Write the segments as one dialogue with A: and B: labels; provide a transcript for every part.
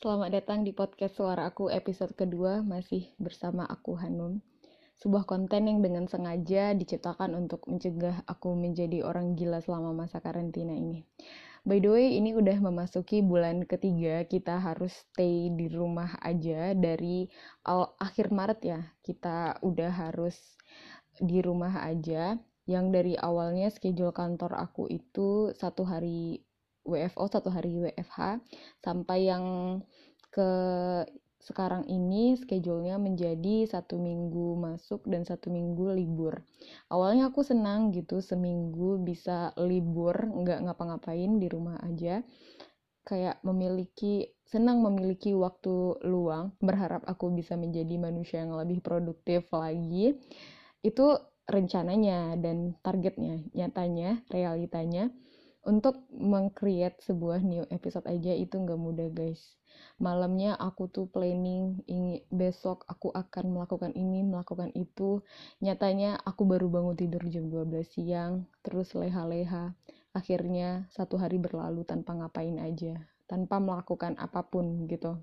A: Selamat datang di podcast Suara Aku episode kedua, masih bersama aku Hanum. Sebuah konten yang dengan sengaja diciptakan untuk mencegah aku menjadi orang gila selama masa karantina ini. By the way, ini udah memasuki bulan ketiga, kita harus stay di rumah aja dari akhir Maret ya. Kita udah harus di rumah aja, yang dari awalnya schedule kantor aku itu satu hari WFO, satu hari WFH, sampai yang ke sekarang ini schedule-nya menjadi 1 minggu masuk dan 1 minggu libur. Awalnya aku senang gitu, seminggu bisa libur, nggak ngapa-ngapain, di rumah aja. Kayak senang memiliki waktu luang, berharap aku bisa menjadi manusia yang lebih produktif lagi. Itu rencananya dan targetnya. Nyatanya, realitanya, untuk meng-create sebuah new episode aja itu nggak mudah, guys. Malamnya aku tuh planning, besok aku akan melakukan ini, melakukan itu. Nyatanya aku baru bangun tidur jam 12 siang, terus leha-leha. Akhirnya 1 hari berlalu tanpa ngapain aja, tanpa melakukan apapun gitu.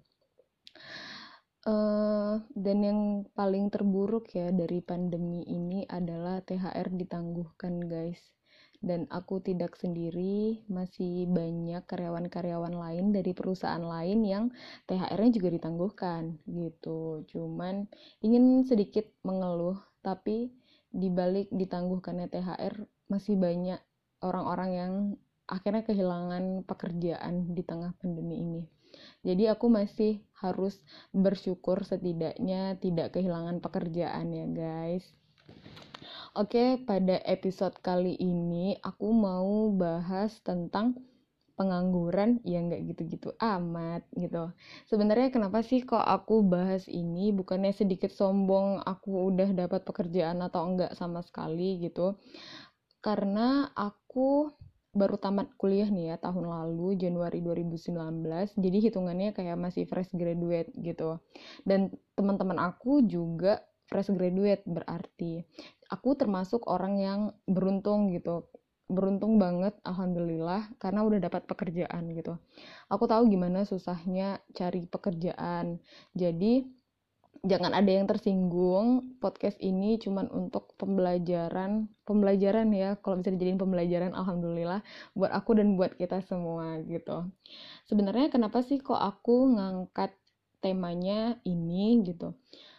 A: Dan yang paling terburuk ya dari pandemi ini adalah THR ditangguhkan, guys. Dan aku tidak sendiri, masih banyak karyawan-karyawan lain dari perusahaan lain yang THR-nya juga ditangguhkan gitu. Cuman ingin sedikit mengeluh, tapi dibalik ditangguhkannya THR masih banyak orang-orang yang akhirnya kehilangan pekerjaan di tengah pandemi ini. Jadi aku masih harus bersyukur setidaknya tidak kehilangan pekerjaan ya, guys. Oke, pada episode kali ini aku mau bahas tentang pengangguran, ya nggak gitu-gitu amat gitu. Sebenarnya kenapa sih kok aku bahas ini? Bukannya sedikit sombong aku udah dapat pekerjaan atau enggak sama sekali gitu. Karena aku baru tamat kuliah nih ya tahun lalu, Januari 2019. Jadi hitungannya kayak masih fresh graduate gitu. Dan teman-teman aku juga fresh graduate, berarti aku termasuk orang yang beruntung gitu. Beruntung banget, alhamdulillah, karena udah dapat pekerjaan gitu. Aku tahu gimana susahnya cari pekerjaan. Jadi jangan ada yang tersinggung, podcast ini cuman untuk pembelajaran ya, kalau bisa dijadiin pembelajaran alhamdulillah buat aku dan buat kita semua gitu. Sebenarnya kenapa sih kok aku ngangkat temanya ini gitu?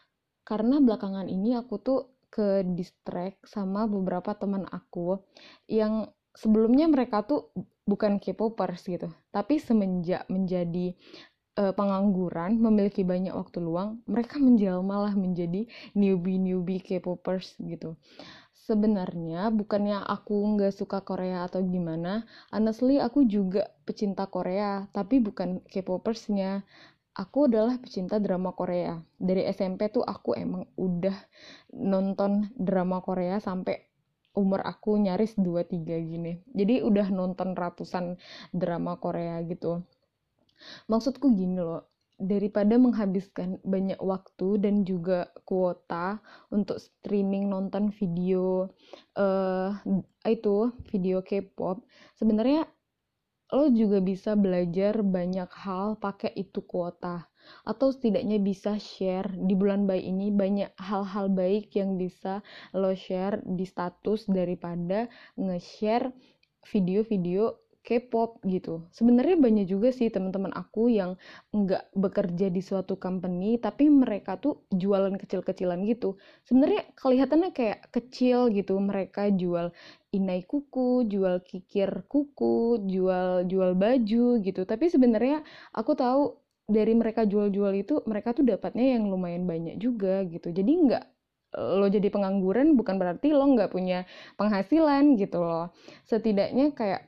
A: Karena belakangan ini aku tuh ke distract sama beberapa teman aku yang sebelumnya mereka tuh bukan K-popers gitu, tapi semenjak menjadi pengangguran, memiliki banyak waktu luang, mereka menjelma lah menjadi newbie K-popers gitu. Sebenarnya bukannya aku nggak suka Korea atau gimana, honestly aku juga pecinta Korea, tapi bukan K-popersnya. Aku adalah pecinta drama Korea. Dari SMP tuh aku emang udah nonton drama Korea sampai umur aku nyaris 23 gini. Jadi udah nonton ratusan drama Korea gitu. Maksudku gini loh, daripada menghabiskan banyak waktu dan juga kuota untuk streaming nonton video eh itu video K-pop, sebenarnya lo juga bisa belajar banyak hal pakai itu kuota, atau setidaknya bisa share di bulan baik ini banyak hal-hal baik yang bisa lo share di status daripada nge-share video-video K-pop gitu. Sebenarnya banyak juga sih teman-teman aku yang nggak bekerja di suatu company tapi mereka tuh jualan kecil-kecilan gitu. Sebenarnya kelihatannya kayak kecil gitu, mereka jual inai kuku, jual kikir kuku, jual baju gitu. Tapi sebenarnya aku tahu dari mereka jual-jual itu mereka tuh dapatnya yang lumayan banyak juga gitu. Jadi nggak lo jadi pengangguran bukan berarti lo nggak punya penghasilan gitu loh. Setidaknya kayak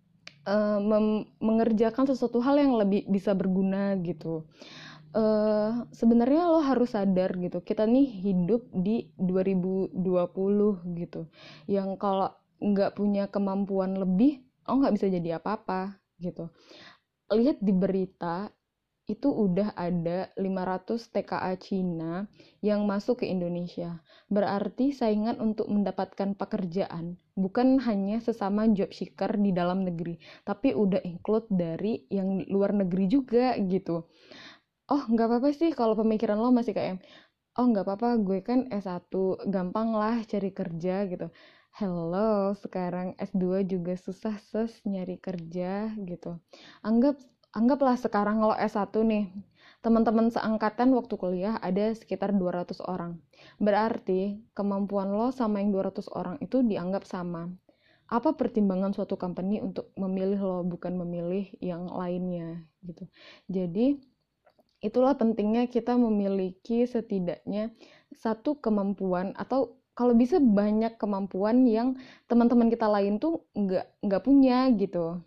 A: mengerjakan sesuatu hal yang lebih bisa berguna gitu. Sebenarnya lo harus sadar gitu, kita nih hidup di 2020 gitu, yang kalau nggak punya kemampuan lebih, lo nggak bisa jadi apa-apa gitu. Lihat di berita, itu udah ada 500 TKA Cina yang masuk ke Indonesia. Berarti saingan untuk mendapatkan pekerjaan bukan hanya sesama job seeker di dalam negeri, tapi udah include dari yang luar negeri juga gitu. Oh, nggak apa-apa sih kalau pemikiran lo masih kayak, oh nggak apa-apa, gue kan S1, gampang lah cari kerja gitu. Hello, sekarang S2 juga susah nyari kerja gitu. Anggap Anggaplah sekarang lo S1 nih, teman-teman seangkatan waktu kuliah ada sekitar 200 orang. Berarti kemampuan lo sama yang 200 orang itu dianggap sama. Apa pertimbangan suatu company untuk memilih lo bukan memilih yang lainnya gitu. Jadi itulah pentingnya kita memiliki setidaknya satu kemampuan atau kalau bisa banyak kemampuan yang teman-teman kita lain tuh nggak punya gitu.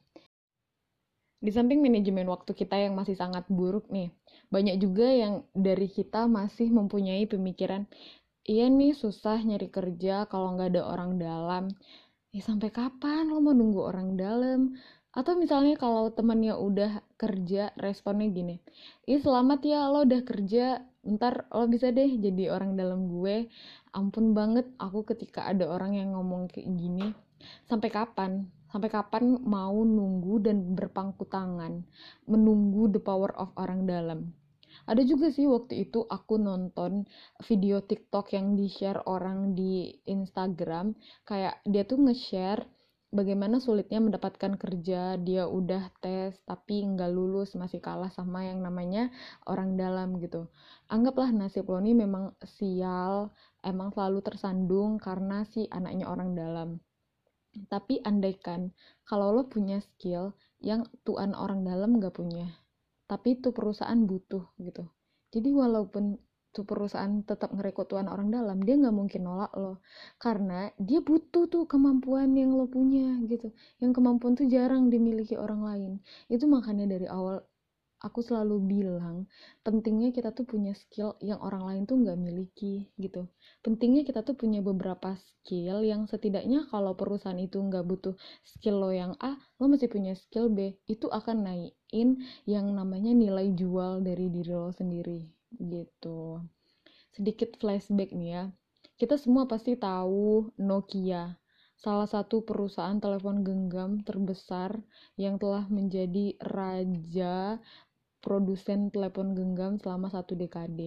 A: Di samping manajemen waktu kita yang masih sangat buruk nih, banyak juga yang dari kita masih mempunyai pemikiran, iya nih susah nyari kerja kalau nggak ada orang dalam. Ya sampai kapan lo mau nunggu orang dalam? Atau misalnya kalau temennya udah kerja, responnya gini, ih selamat ya lo udah kerja, ntar lo bisa deh jadi orang dalam gue. Ampun banget aku ketika ada orang yang ngomong kayak gini. Sampai kapan? Sampai kapan mau nunggu dan berpangku tangan menunggu the power of orang dalam? Ada juga sih waktu itu aku nonton video TikTok yang di-share orang di Instagram, kayak dia tuh nge-share bagaimana sulitnya mendapatkan kerja, dia udah tes tapi nggak lulus, masih kalah sama yang namanya orang dalam gitu. Anggaplah nasib lo nih memang sial, emang selalu tersandung karena si anaknya orang dalam. Tapi andaikan kalau lo punya skill yang tuan orang dalam nggak punya, tapi tuh perusahaan butuh gitu. Jadi walaupun tuh perusahaan tetap ngerekrut tuan orang dalam, dia nggak mungkin nolak lo, karena dia butuh tuh kemampuan yang lo punya gitu. Yang kemampuan tuh jarang dimiliki orang lain. Itu makanya dari awal aku selalu bilang pentingnya kita tuh punya skill yang orang lain tuh nggak miliki gitu. Pentingnya kita tuh punya beberapa skill yang setidaknya kalau perusahaan itu nggak butuh skill lo yang A, lo masih punya skill B. Itu akan naikin yang namanya nilai jual dari diri lo sendiri gitu. Sedikit flashback nih ya, kita semua pasti tahu Nokia, salah satu perusahaan telepon genggam terbesar yang telah menjadi raja produsen telepon genggam selama 1 dekade.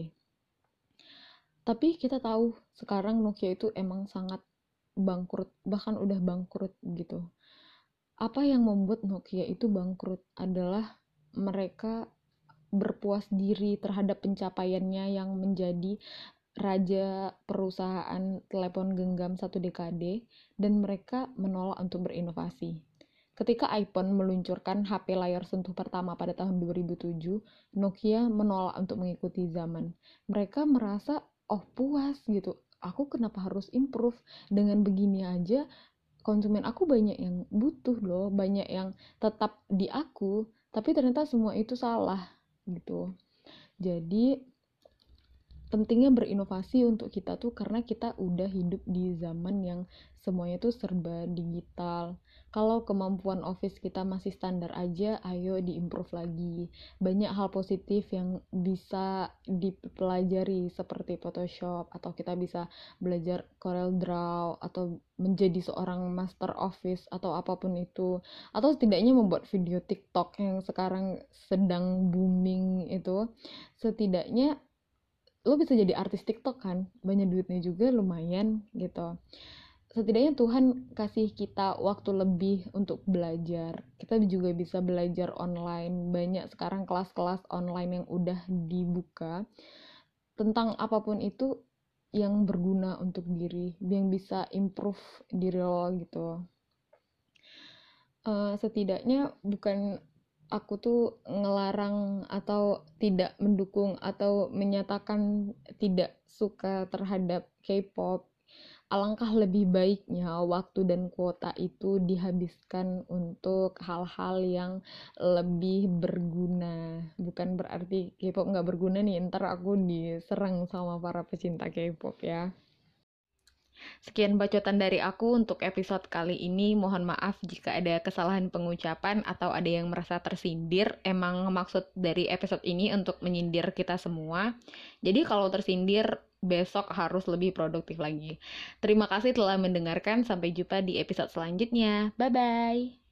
A: Tapi kita tahu sekarang Nokia itu emang sangat bangkrut, bahkan udah bangkrut gitu. Apa yang membuat Nokia itu bangkrut adalah mereka berpuas diri terhadap pencapaiannya yang menjadi raja perusahaan telepon genggam 1 dekade, dan mereka menolak untuk berinovasi. Ketika iPhone meluncurkan HP layar sentuh pertama pada tahun 2007, Nokia menolak untuk mengikuti zaman. Mereka merasa, oh puas gitu, aku kenapa harus improve, dengan begini aja konsumen aku banyak yang butuh loh, banyak yang tetap di aku, tapi ternyata semua itu salah gitu. Jadi pentingnya berinovasi untuk kita tuh karena kita udah hidup di zaman yang semuanya tuh serba digital. Kalau kemampuan office kita masih standar aja, ayo diimprove lagi. Banyak hal positif yang bisa dipelajari seperti Photoshop, atau kita bisa belajar Corel Draw, atau menjadi seorang master office atau apapun itu, atau setidaknya membuat video TikTok yang sekarang sedang booming itu. Setidaknya lo bisa jadi artis TikTok kan, banyak duitnya juga lumayan gitu. Setidaknya Tuhan kasih kita waktu lebih untuk belajar. Kita juga bisa belajar online, banyak sekarang kelas-kelas online yang udah dibuka tentang apapun itu yang berguna untuk diri, yang bisa improve diri lo gitu. Setidaknya bukan aku tuh ngelarang atau tidak mendukung atau menyatakan tidak suka terhadap K-pop. Alangkah lebih baiknya waktu dan kuota itu dihabiskan untuk hal-hal yang lebih berguna. Bukan berarti K-pop nggak berguna nih, ntar aku diserang sama para pecinta K-pop ya. Sekian bacotan dari aku untuk episode kali ini. Mohon maaf jika ada kesalahan pengucapan atau ada yang merasa tersindir. Emang maksud dari episode ini untuk menyindir kita semua. Jadi kalau tersindir, besok harus lebih produktif lagi. Terima kasih telah mendengarkan. Sampai jumpa di episode selanjutnya. Bye-bye.